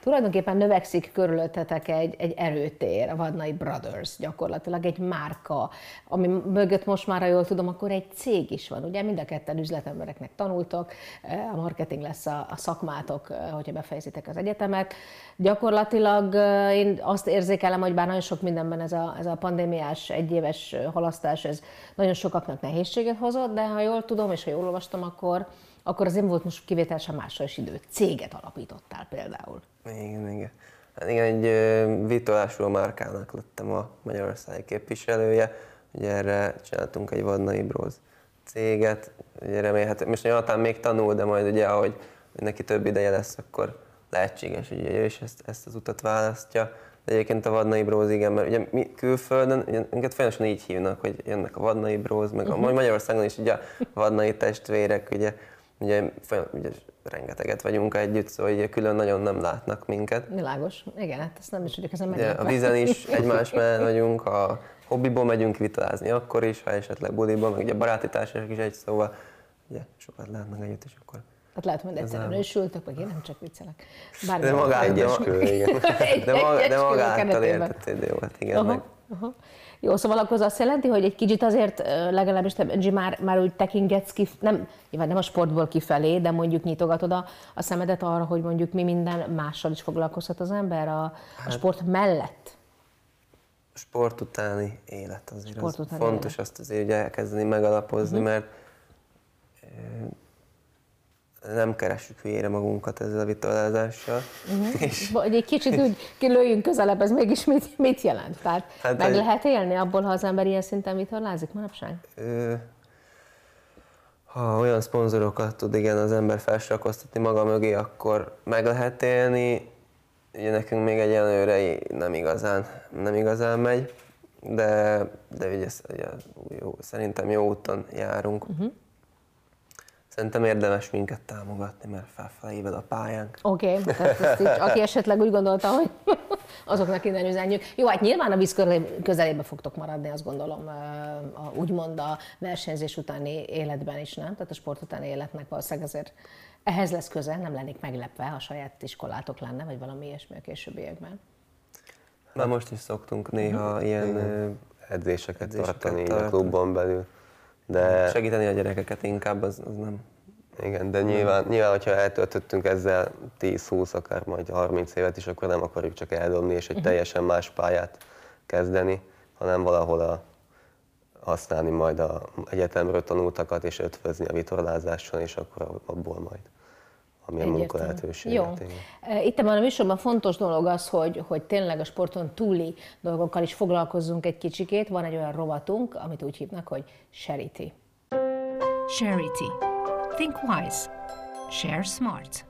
tulajdonképpen növekszik körülöttetek egy, egy erőtér, a Vadnai Brothers gyakorlatilag, egy márka, ami mögött most már, ha jól tudom, akkor egy cég is van. Ugye mind a ketten üzletembereknek tanultok, a marketing lesz a, a szakmátok, hogyha befejezitek az egyetemet. Gyakorlatilag én azt érzékelem, hogy bár nagyon sok mindenben ez a, ez a pandémiás egyéves halasztás, ez nagyon sokaknak nehézséget hozott, de ha jól tudom, és ha jól olvastam, akkor, akkor azért volt most kivételesen másra is idő. Céget alapítottál például. Igen, igen. Hát igen, egy vitolású márkának lettem a magyarországi képviselője. Ugye erre csináltunk egy Vadnai Bros céget. Ugye remélhetően, most nyilván még tanul, de majd ugye, ahogy neki több ideje lesz, akkor lehetséges, hogy ő is ezt, ezt az utat választja. De egyébként a Vadnai Bros, igen, mert ugye mi külföldön, ugye, minket folyamatosan így hívnak, hogy jönnek a Vadnai Bros, meg uh-huh. a Magyarországon is ugye a Vadnai testvérek, ugye, ugye, ugye rengeteget vagyunk együtt, szóval ugye külön nagyon nem látnak minket. Világos, igen, hát ezt nem is tudjuk, ezen meglepve. A vízen is egymás mellett vagyunk, a hobbiból megyünk vitalázni akkor is, ha esetleg buliban, meg ugye baráti társaság is egy, szóval ugye sokat látnak együtt, és akkor... Hát lehet, hogy egyszerűen nősültök, meg én nem csak viccelek. Bármi de magát, egyeskő, igen. De, maga, de magáttal értettél, jó, hát igen. Aha, meg. Aha. Jó, szóval akkor az azt jelenti, hogy egy kicsit azért legalábbis te, Benji, már, már úgy tekingetsz ki, nem, nyilván nem a sportból kifelé, de mondjuk nyitogatod a, a szemedet arra, hogy mondjuk mi minden mással is foglalkozhat az ember a, hát, a sport mellett. A sport utáni élet azért sport az utáni fontos élet. Azt azért ugye elkezdeni megalapozni, uh-huh. mert nem keressük hülyére magunkat ezzel a vitalázással. Uh-huh. És... Egy kicsit úgy lőjünk közelebb, ez mégis mit, mit jelent? Tehát hát meg egy... lehet élni abból, ha az ember ilyen szinten vitalázik manapság? Ö... Ha olyan szponzorokat tud igen az ember felsorakoztatni maga mögé, akkor meg lehet élni. Ugye nekünk még egyelőre nem igazán, nem igazán megy, de, de ugye, ugye jó, szerintem jó úton járunk. Uh-huh. Szerintem érdemes minket támogatni, mert felfelé éved a pályánk. Oké, okay, tehát aki esetleg úgy gondolta, hogy azoknak innen üzenjük. Jó, hát nyilván a víz közelébe fogtok maradni, azt gondolom, úgymond a versenyzés utáni életben is, nem? Tehát a sport utáni életnek valószínűleg azért ehhez lesz köze, nem lennék meglepve, ha saját iskolátok lenne, vagy valami ilyesmi a későbbiekben. Már most is szoktunk néha uh-huh. ilyen edzéseket, edzéseket tartani tart. A klubban belül. De... Segíteni a gyerekeket inkább, az, az nem... Igen, de nyilván, nyilván, hogyha eltöltöttünk ezzel tíz-húsz, akár majd harminc évet is, akkor nem akarjuk csak eldobni és egy uh-huh. teljesen más pályát kezdeni, hanem valahol a, használni majd az egyetemről tanultakat és ötvözni a vitorlázással, és akkor abból majd amilyen munka lehetőséget. Jó. Itt ebben a műsorban fontos dolog az, hogy, hogy tényleg a sporton túli dolgokkal is foglalkozzunk egy kicsikét. Van egy olyan rovatunk, amit úgy hívnak, hogy Charity. Charity. Think wise. Share smart.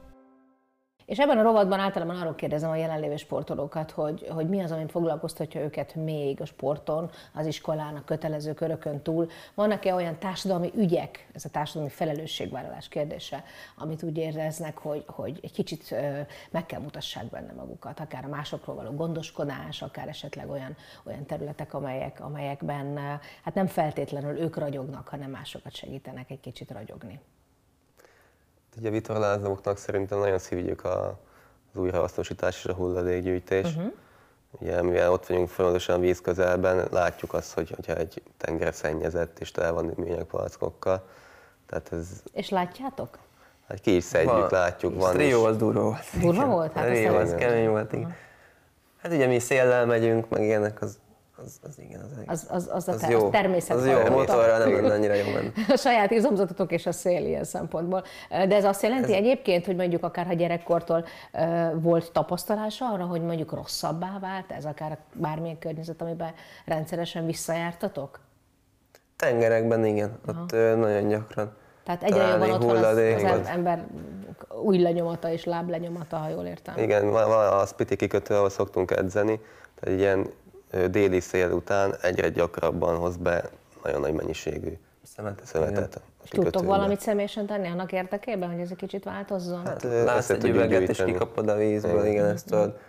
És ebben a rovatban általában arról kérdezem a jelenlévő sportolókat, hogy, hogy mi az, ami foglalkoztatja őket még a sporton, az iskolán, a kötelező körökön túl. Vannak-e olyan társadalmi ügyek, ez a társadalmi felelősségvállalás kérdése, amit úgy éreznek, hogy, hogy egy kicsit meg kell mutassák benne magukat, akár a másokról való gondoskodás, akár esetleg olyan, olyan területek, amelyek, amelyekben hát nem feltétlenül ők ragyognak, hanem másokat segítenek egy kicsit ragyogni. Ugye a vitorlázóknak szerintem nagyon szívügyük az újrahasznosítás és a hulladékgyűjtés. Uh-huh. Ugye, mivel ott vagyunk folyamatosan víz közelben, látjuk azt, hogy, hogyha egy tenger szennyezett és tele van műanyagpalackokkal. Tehát ez... És látjátok? Hát ki is szedjük, van, van látjuk. Van Rio az durva volt. Durva volt? Hát Rio az kemény volt, igen. Hát ugye mi széllel megyünk, meg ilyenek, az Az, az igen, az, az, az, az, az, a, jó. az természet. Az jó, a motorral nem lenne annyira jó menni. A saját izomzatotok és a szél ilyen szempontból. De ez azt jelenti ez... egyébként, hogy mondjuk akár ha gyerekkortól uh, volt tapasztalása arra, hogy mondjuk rosszabbá vált ez akár bármilyen környezet, amiben rendszeresen visszajártatok? Tengerekben igen, aha. Ott uh, nagyon gyakran. Tehát egyre jobban ott van az, az ember új lenyomata és láblenyomata, ha jól értem. Igen, van a Spiti kikötő, ahol szoktunk edzeni, tehát ilyen déli szél után egyre gyakrabban hoz be nagyon nagy mennyiségű szemetet. szemetet Tudtok valamit személyesen tenni annak érdekében, hogy ez egy kicsit változzon? Hát látsz egy üveget és kikapod a vízből, igen, ezt tudod.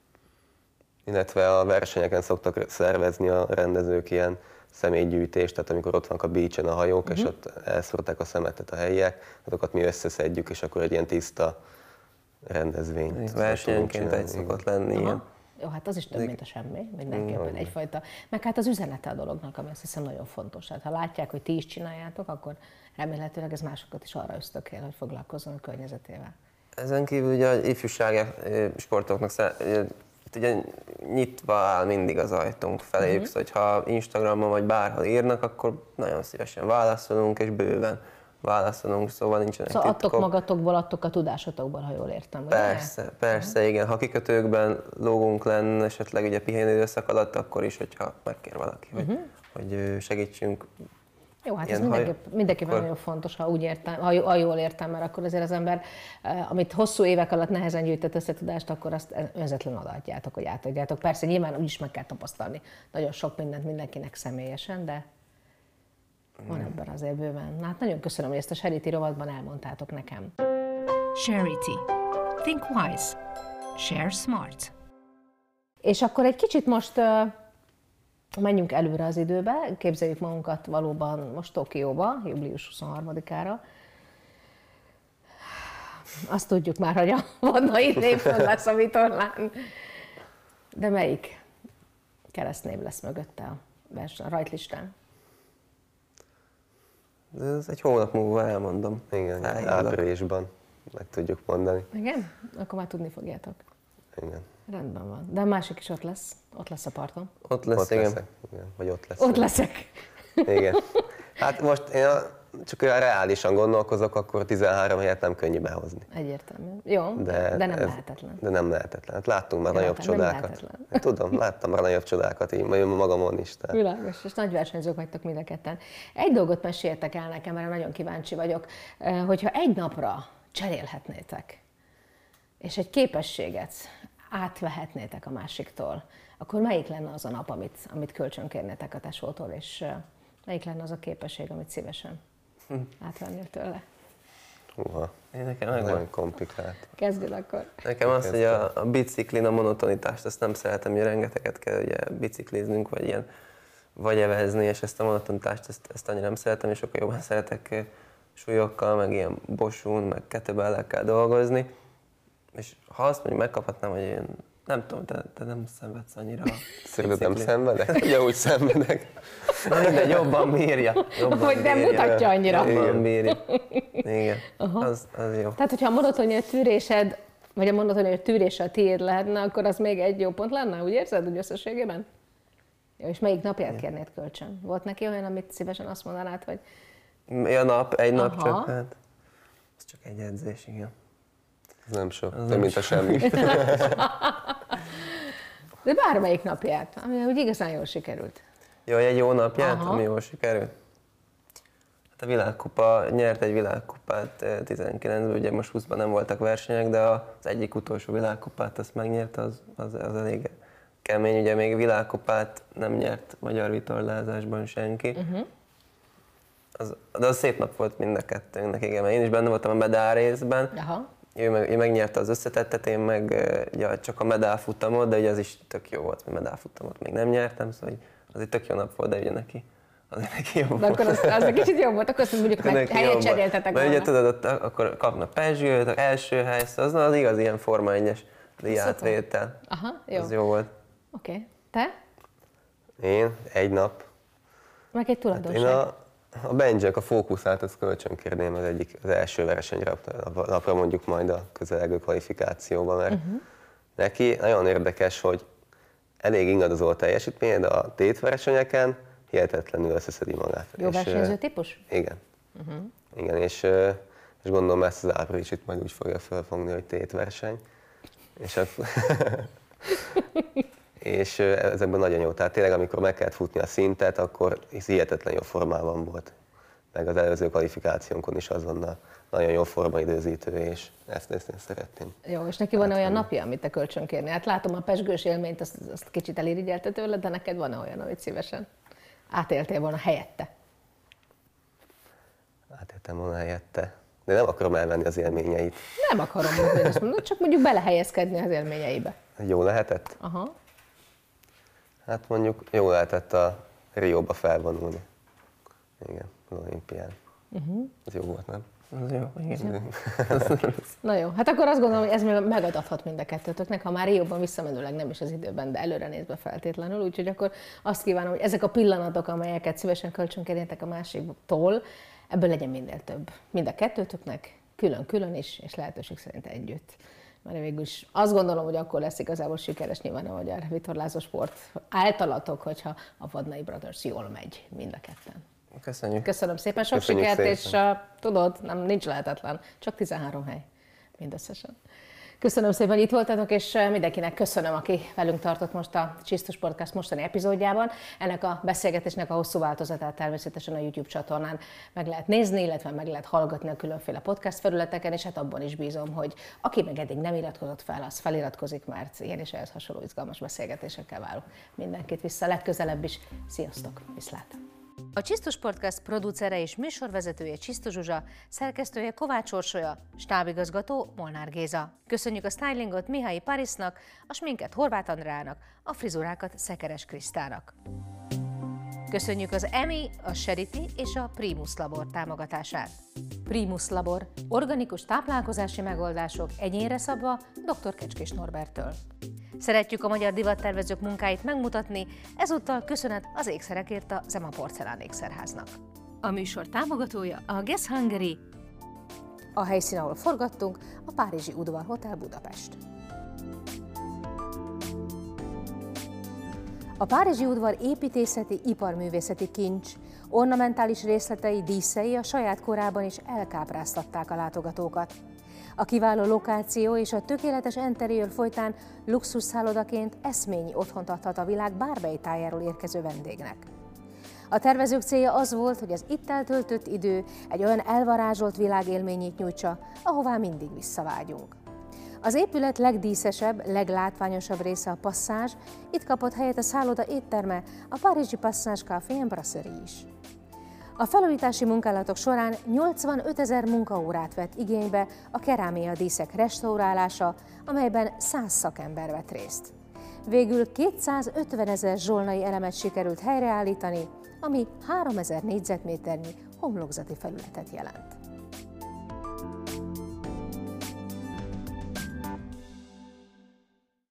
Illetve a versenyeken szoktak szervezni a rendezők ilyen személygyűjtést, tehát amikor ott vannak a beachen a hajók, uh-huh. és ott elszórták a szemetet a helyiek, azokat mi összeszedjük, és akkor egy ilyen tiszta rendezvényt. Versenyenként egy szokott lenni ilyen. Jó, hát az is több, mint a semmi, mindenképpen egyfajta. Meg hát az üzenete a dolognak, ami azt hiszem nagyon fontos. Hát, ha látják, hogy ti is csináljátok, akkor remélhetőleg ez másokat is arra ösztökél, hogy foglalkozzon a környezetével. Ezen kívül ugye az ifjúsági sportoknak ugye nyitva áll mindig az ajtónk feléjük, uh-huh. szóval ha Instagramon vagy bárhol írnak, akkor nagyon szívesen válaszolunk, és bőven válaszolunk, szóval nincsenek Szóval titkok. adtok magatokból, adtok a tudásotokból, ha jól értem. Persze, ugye? persze, uh-huh. igen. Ha kikötőkben lógunk lenn, esetleg ugye pihenő időszak alatt, akkor is, hogyha megkér valaki, uh-huh. hogy, hogy segítsünk. Jó, hát ez mindenképp, mindenképpen akkor... nagyon fontos, ha úgy értem, ha, ha jól értem, mert akkor azért az ember, amit hosszú évek alatt nehezen gyűjtött összetudást, akkor azt önzetlen odaadjátok, hogy átadjátok. Persze nyilván úgyis meg kell tapasztalni nagyon sok mindent mindenkinek személyesen, de van ebben azért bőven. Na, hát nagyon köszönöm, hogy ezt a Charity rovatban elmondtátok nekem. Charity. Think wise. Share smart. És akkor egy kicsit most uh, menjünk előre az időbe, képzeljük magunkat valóban most Tokióba, július huszonharmadikára. Azt tudjuk már, hogy a Vadnai névföld lesz a vitorlán. De melyik keresztnév lesz mögötte a, verseny, a rajtlistán? De ez egy hónap múlva elmondom. Igen, áprilisban meg tudjuk mondani. Igen? Akkor már tudni fogjátok. Igen. Rendben van. De a másik is ott lesz. Ott lesz a parton. Ott lesz, ott igen. Leszek. igen. Vagy ott lesz. Ott leszek. Igen. Hát most én csak olyan reálisan gondolkozok, akkor tizenhárom helyet nem könnyű behozni. Egyértelmű. Jó, de, de nem ez, lehetetlen. De nem lehetetlen. Hát láttunk már ja, nagyobb csodákat. Hát, tudom, láttam már nagyobb csodákat, így majd magamon is. Tehát. Világos, és nagy versenyzők vagytok mind a ketten. Egy dolgot meséltek el nekem, mert nagyon kíváncsi vagyok, hogyha egy napra cserélhetnétek, és egy képességet átvehetnétek a másiktól, akkor melyik lenne az a nap, amit, amit kölcsönkérnétek a tesótól, és melyik lenne az a képesség, amit szívesen hm. átvennél tőle? Húha, Én nekem nagyon komplikált. Kezdjél akkor. Nekem az, hogy a, a biciklin a monotonitást, azt nem szeretem, hogy rengeteget kell ugye bicikliznünk, vagy ilyen vagy evezni, és ezt a monotonitást, ezt, ezt annyira nem szeretem, és sokkal jobban szeretek súlyokkal, meg ilyen bosún, meg kettlebellekkel dolgozni. És ha azt mondjuk megkaphatnám, hogy én nem tudom, te, te nem szenvedsz annyira. Szerinted nem szenvedek? Ugye úgy szenvedek. Na mindegy, jobban bírja. Jobban hogy nem bírja. mutatja annyira. Jobban bírja. Igen, az, az jó. Tehát, hogyha a monotónia tűrésed, vagy a monotónia tűrése a tiéd lehetne, akkor az még egy jó pont lenne, úgy érzed, úgy összességében? Jó, és melyik napját kérnéd kölcsön? Volt neki olyan, amit szívesen azt mondanád, hogy... Ja, nap, egy nap Aha. csak, hát. Az csak egy edzés, igen. Ez nem sok, nem mint a semmi. De bármelyik napját, ami úgy igazán jól sikerült. Jó, egy jó napját, Aha. ami jól sikerült. Hát a világkupa, nyert egy világkupát tizenkilencben, ugye most húszban nem voltak versenyek, de az egyik utolsó világkupát azt megnyerte, az, az, az elég kemény. Ugye még világkupát nem nyert magyar vitorlázásban senki. Uh-huh. Az, de az szép nap volt mind a kettőnknek, igen, mert én is benne voltam a medál részben. Aha. Ő, meg, ő megnyerte az összetettet, én meg ja, csak a medálfutamot, de ugye az is tök jó volt, mert medálfutamot még nem nyertem, szóval az egy tök jó nap volt, de ugye neki, azért neki jobb de volt. akkor az, az egy kicsit jobb volt, akkor azt mondjuk, hogy helyet cseréltetek volna. Ugye tudod, ott akkor kapnak pezsgőt, első hely, szóval az, az igaz ilyen Forma egyes díjátvétel. Aha, jó. Az jó volt. Oké. Okay. Te? Én egy nap. Meg egy tulajdonság. Hát én a, a Benjek, a fókuszát, azt kölcsönkérném az egyik, az első versenyre, napra mondjuk majd a közelgő kvalifikációban, mert uh-huh. neki nagyon érdekes, hogy elég ingadozó a teljesítménye, de a tétversenyeken hihetetlenül összeszedi magát. Jó és, versenyző típus? Igen. Uh-huh. Igen, és, és gondolom ezt az áprilisit majd úgy fogja felfogni, hogy tétverseny. És, a, és ezekben nagyon jó. Tehát tényleg, amikor meg kellett futni a szintet, akkor hihetetlen jó formában volt. Meg az előző kvalifikációnkon is azonnal nagyon jó formaidőzítő, és ezt, ezt én szeretném. Jó, és neki van-e olyan napja, amit te kölcsönkérni? Hát látom a pezsgős élményt, azt, azt kicsit elirigyelte tőle, de neked van-e olyan, amit szívesen átéltél volna helyette? Átéltem volna helyette. De nem akarom elvenni az élményeit. Nem akarom, hogy azt mondod, csak mondjuk belehelyezkedni az élményeibe. Jó lehetett? Aha. Hát mondjuk jó lehetett a Rióba felvonulni. Igen, az olimpián. Uh-huh. Ez jó volt, nem? Az jó, igen. Na jó, hát akkor azt gondolom, hogy ez még megadathat mind a kettőtöknek, ha már jobban visszamenőleg nem is az időben, de előre nézve feltétlenül, úgyhogy akkor azt kívánom, hogy ezek a pillanatok, amelyeket szívesen kölcsönkérjétek a másiktól, ebből legyen minél több. Mind a kettőtöknek, külön-külön is, és lehetőség szerint együtt. Mert végül is azt gondolom, hogy akkor lesz igazából sikeres nyilván a magyar vitorlázó sport általatok, hogyha a Vadnai Brothers jól megy mind a ketten. Köszönjük. Köszönöm szépen, sok Köszönjük sikert, szépen. és uh, tudod, nem, nincs lehetetlen, csak tizenhárom hely mindösszesen. Köszönöm szépen, hogy itt voltatok, és mindenkinek köszönöm, aki velünk tartott most a Csisztus Podcast mostani epizódjában. Ennek a beszélgetésnek a hosszú változatát természetesen a YouTube csatornán meg lehet nézni, illetve meg lehet hallgatni a különféle podcast felületeken, és hát abban is bízom, hogy aki meg eddig nem iratkozott fel, az feliratkozik, mert ilyen és ehhez hasonló izgalmas beszélgetésekkel várok mindenkit vissza legközelebb is. Sziasztok, viszlát! A Csisztus Podcast producere és műsorvezetője Csisztus Zsuzsa, szerkesztője Kovács Orsolya, stábigazgató Molnár Géza. Köszönjük a stylingot Mihály Parisnak, a sminket Horváth Andrának, a frizurákat Szekeres Krisztának. Köszönjük az EMI, a Charity és a Primus Labor támogatását. Primus Labor, organikus táplálkozási megoldások egyénre szabva dr. Kecskés Norberttől. Szeretjük a magyar divattervezők munkáit megmutatni, ezúttal köszönet az ékszerekért a Zema Porcelán Ékszerháznak. A műsor támogatója a Guess Hungary. A helyszín, ahol forgattunk, a Párizsi Udvar Hotel Budapest. A Párizsi Udvar építészeti, iparművészeti kincs, ornamentális részletei, díszei a saját korában is elkápráztatták a látogatókat. A kiváló lokáció és a tökéletes interiőr folytán luxusszállodaként eszményi otthont adhat a világ bármely tájáról érkező vendégnek. A tervezők célja az volt, hogy az itt eltöltött idő egy olyan elvarázsolt világélményét nyújtsa, ahová mindig visszavágyunk. Az épület legdíszesebb, leglátványosabb része a Passage, itt kapott helyet a szálloda étterme, a párizsi Passage Café and Brasserie is. A felújítási munkálatok során nyolcvanötezer munkaórát vett igénybe a kerámia díszek restaurálása, amelyben száz szakember vett részt. Végül kétszázötvenezer zsolnai elemet sikerült helyreállítani, ami háromezer négyzetméternyi homlokzati felületet jelent.